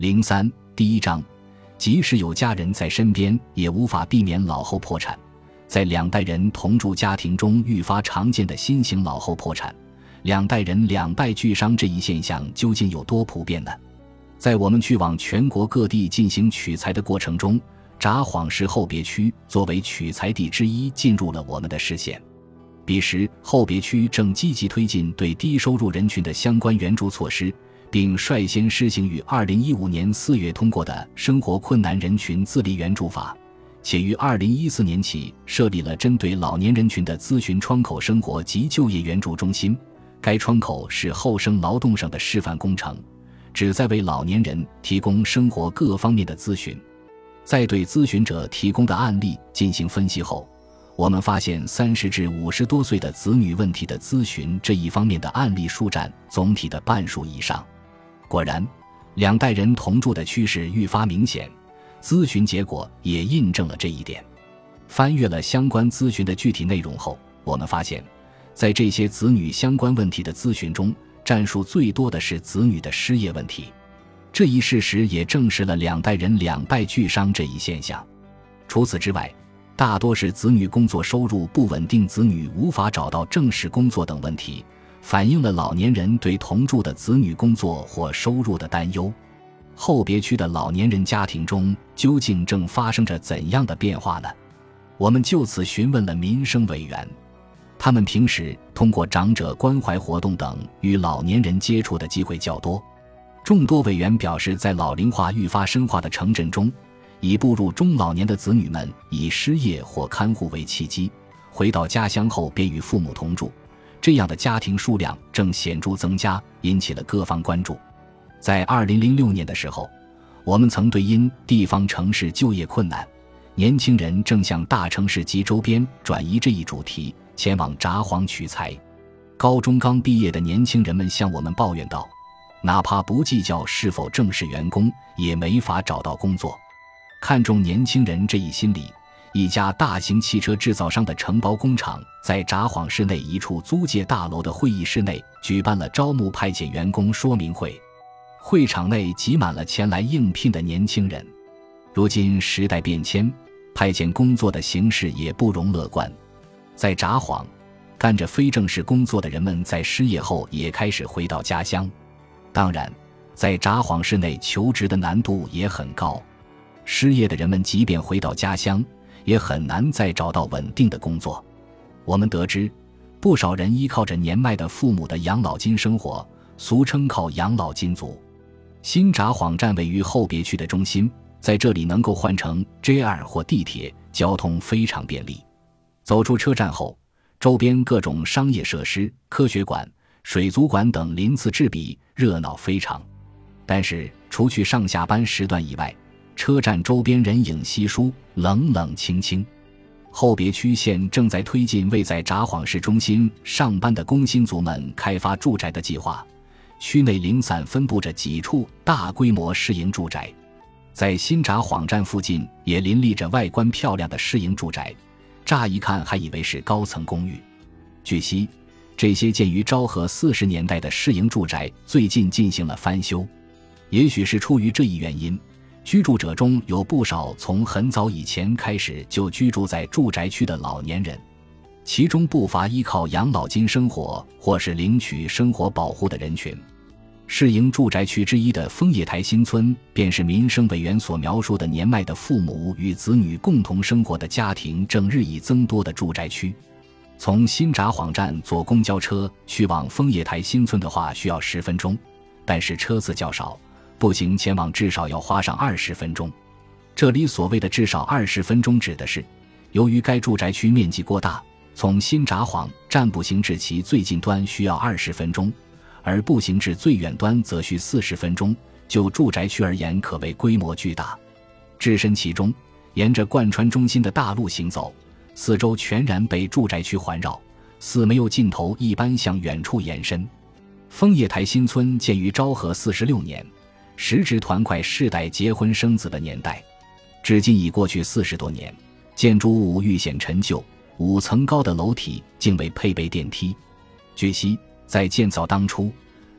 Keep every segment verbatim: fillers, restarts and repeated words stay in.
零三第一章，即使有家人在身边，也无法避免老后破产。在两代人同住家庭中愈发常见的新型老后破产，两代人两败俱伤这一现象究竟有多普遍呢？在我们去往全国各地进行取材的过程中，札幌市后别区作为取材地之一进入了我们的视线。彼时后别区正积极推进对低收入人群的相关援助措施，并率先施行于二零一五年四月通过的《生活困难人群自立援助法》，且于二零一四年起设立了针对老年人群的咨询窗口生活及就业援助中心。该窗口是后生劳动省的示范工程，旨在为老年人提供生活各方面的咨询。在对咨询者提供的案例进行分析后，我们发现三十至五十多岁的子女问题的咨询这一方面的案例数占总体的半数以上。果然，两代人同住的趋势愈发明显，咨询结果也印证了这一点。翻阅了相关咨询的具体内容后，我们发现在这些子女相关问题的咨询中，占数最多的是子女的失业问题。这一事实也证实了两代人两败俱伤这一现象。除此之外，大多是子女工作收入不稳定，子女无法找到正式工作等问题，反映了老年人对同住的子女工作或收入的担忧。后别区的老年人家庭中究竟正发生着怎样的变化呢？我们就此询问了民生委员，他们平时通过长者关怀活动等与老年人接触的机会较多。众多委员表示，在老龄化愈发深化的城镇中，已步入中老年的子女们以失业或看护为契机，回到家乡后便与父母同住，这样的家庭数量正显著增加，引起了各方关注。在二零零六年的时候，我们曾对因地方城市就业困难，年轻人正向大城市及周边转移这一主题前往札幌取材。高中刚毕业的年轻人们向我们抱怨道，哪怕不计较是否正式员工，也没法找到工作。看中年轻人这一心理，一家大型汽车制造商的承包工厂在札幌市内一处租借大楼的会议室内举办了招募派遣员工说明会，会场内挤满了前来应聘的年轻人。如今时代变迁，派遣工作的形势也不容乐观。在札幌，干着非正式工作的人们在失业后也开始回到家乡。当然，在札幌市内求职的难度也很高，失业的人们即便回到家乡，也很难再找到稳定的工作。我们得知，不少人依靠着年迈的父母的养老金生活，俗称靠养老金族。新札幌站位于后别区的中心，在这里能够换乘 J R 或地铁，交通非常便利。走出车站后，周边各种商业设施、科学馆、水族馆等鳞次栉比，热闹非常。但是除去上下班时段以外，车站周边人影稀疏，冷冷清清。后别区县正在推进为在札幌市中心上班的工薪族们开发住宅的计划，区内零散分布着几处大规模市营住宅。在新札幌站附近也林立着外观漂亮的市营住宅，乍一看还以为是高层公寓。据悉，这些建于昭和四十年代的市营住宅最近进行了翻修。也许是出于这一原因，居住者中有不少从很早以前开始就居住在住宅区的老年人，其中不乏依靠养老金生活或是领取生活保护的人群。市营住宅区之一的枫叶台新村，便是民生委员所描述的年迈的父母与子女共同生活的家庭正日益增多的住宅区。从新札幌站坐公交车去往枫叶台新村的话需要十分钟，但是车次较少，步行前往至少要花上二十分钟。这里所谓的至少二十分钟指的是，由于该住宅区面积过大，从新札幌站步行至其最近端需要二十分钟，而步行至最远端则需四十分钟，就住宅区而言可谓规模巨大。置身其中，沿着贯穿中心的大路行走，四周全然被住宅区环绕，似没有尽头一般向远处延伸。枫叶台新村建于昭和四十六年，时值团块世代结婚生子的年代，至今已过去四十多年，建筑物愈显陈旧，五层高的楼体竟未配备电梯。据悉，在建造当初，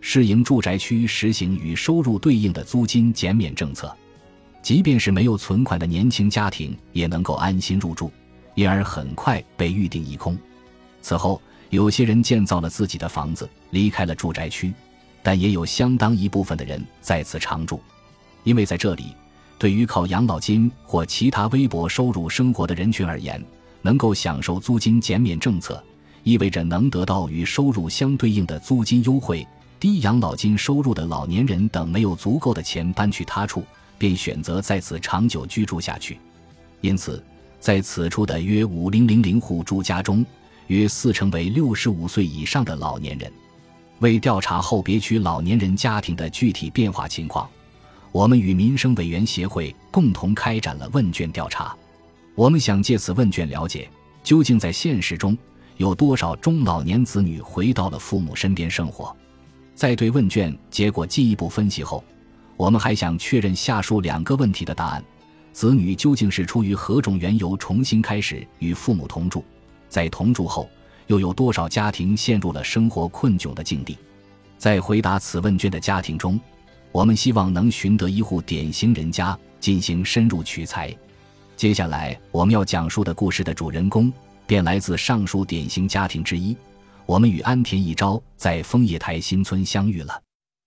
适应住宅区实行与收入对应的租金减免政策，即便是没有存款的年轻家庭也能够安心入住，因而很快被预定一空。此后，有些人建造了自己的房子，离开了住宅区，但也有相当一部分的人在此常住。因为在这里，对于靠养老金或其他微薄收入生活的人群而言，能够享受租金减免政策，意味着能得到与收入相对应的租金优惠。低养老金收入的老年人等没有足够的钱搬去他处，便选择在此长久居住下去。因此，在此处的约五千户住家中，约四成为六十五岁以上的老年人。为调查后别区老年人家庭的具体变化情况，我们与民生委员协会共同开展了问卷调查。我们想借此问卷了解，究竟在现实中有多少中老年子女回到了父母身边生活。在对问卷结果进一步分析后，我们还想确认下述两个问题的答案：子女究竟是出于何种缘由重新开始与父母同住？在同住后，又有多少家庭陷入了生活困窘的境地？在回答此问卷的家庭中，我们希望能寻得一户典型人家，进行深入取材。接下来我们要讲述的故事的主人公便来自上述典型家庭之一。我们与安田一昭在枫叶台新村相遇了。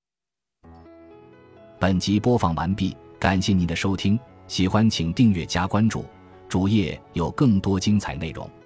本集播放完毕，感谢您的收听，喜欢请订阅加关注，主页有更多精彩内容。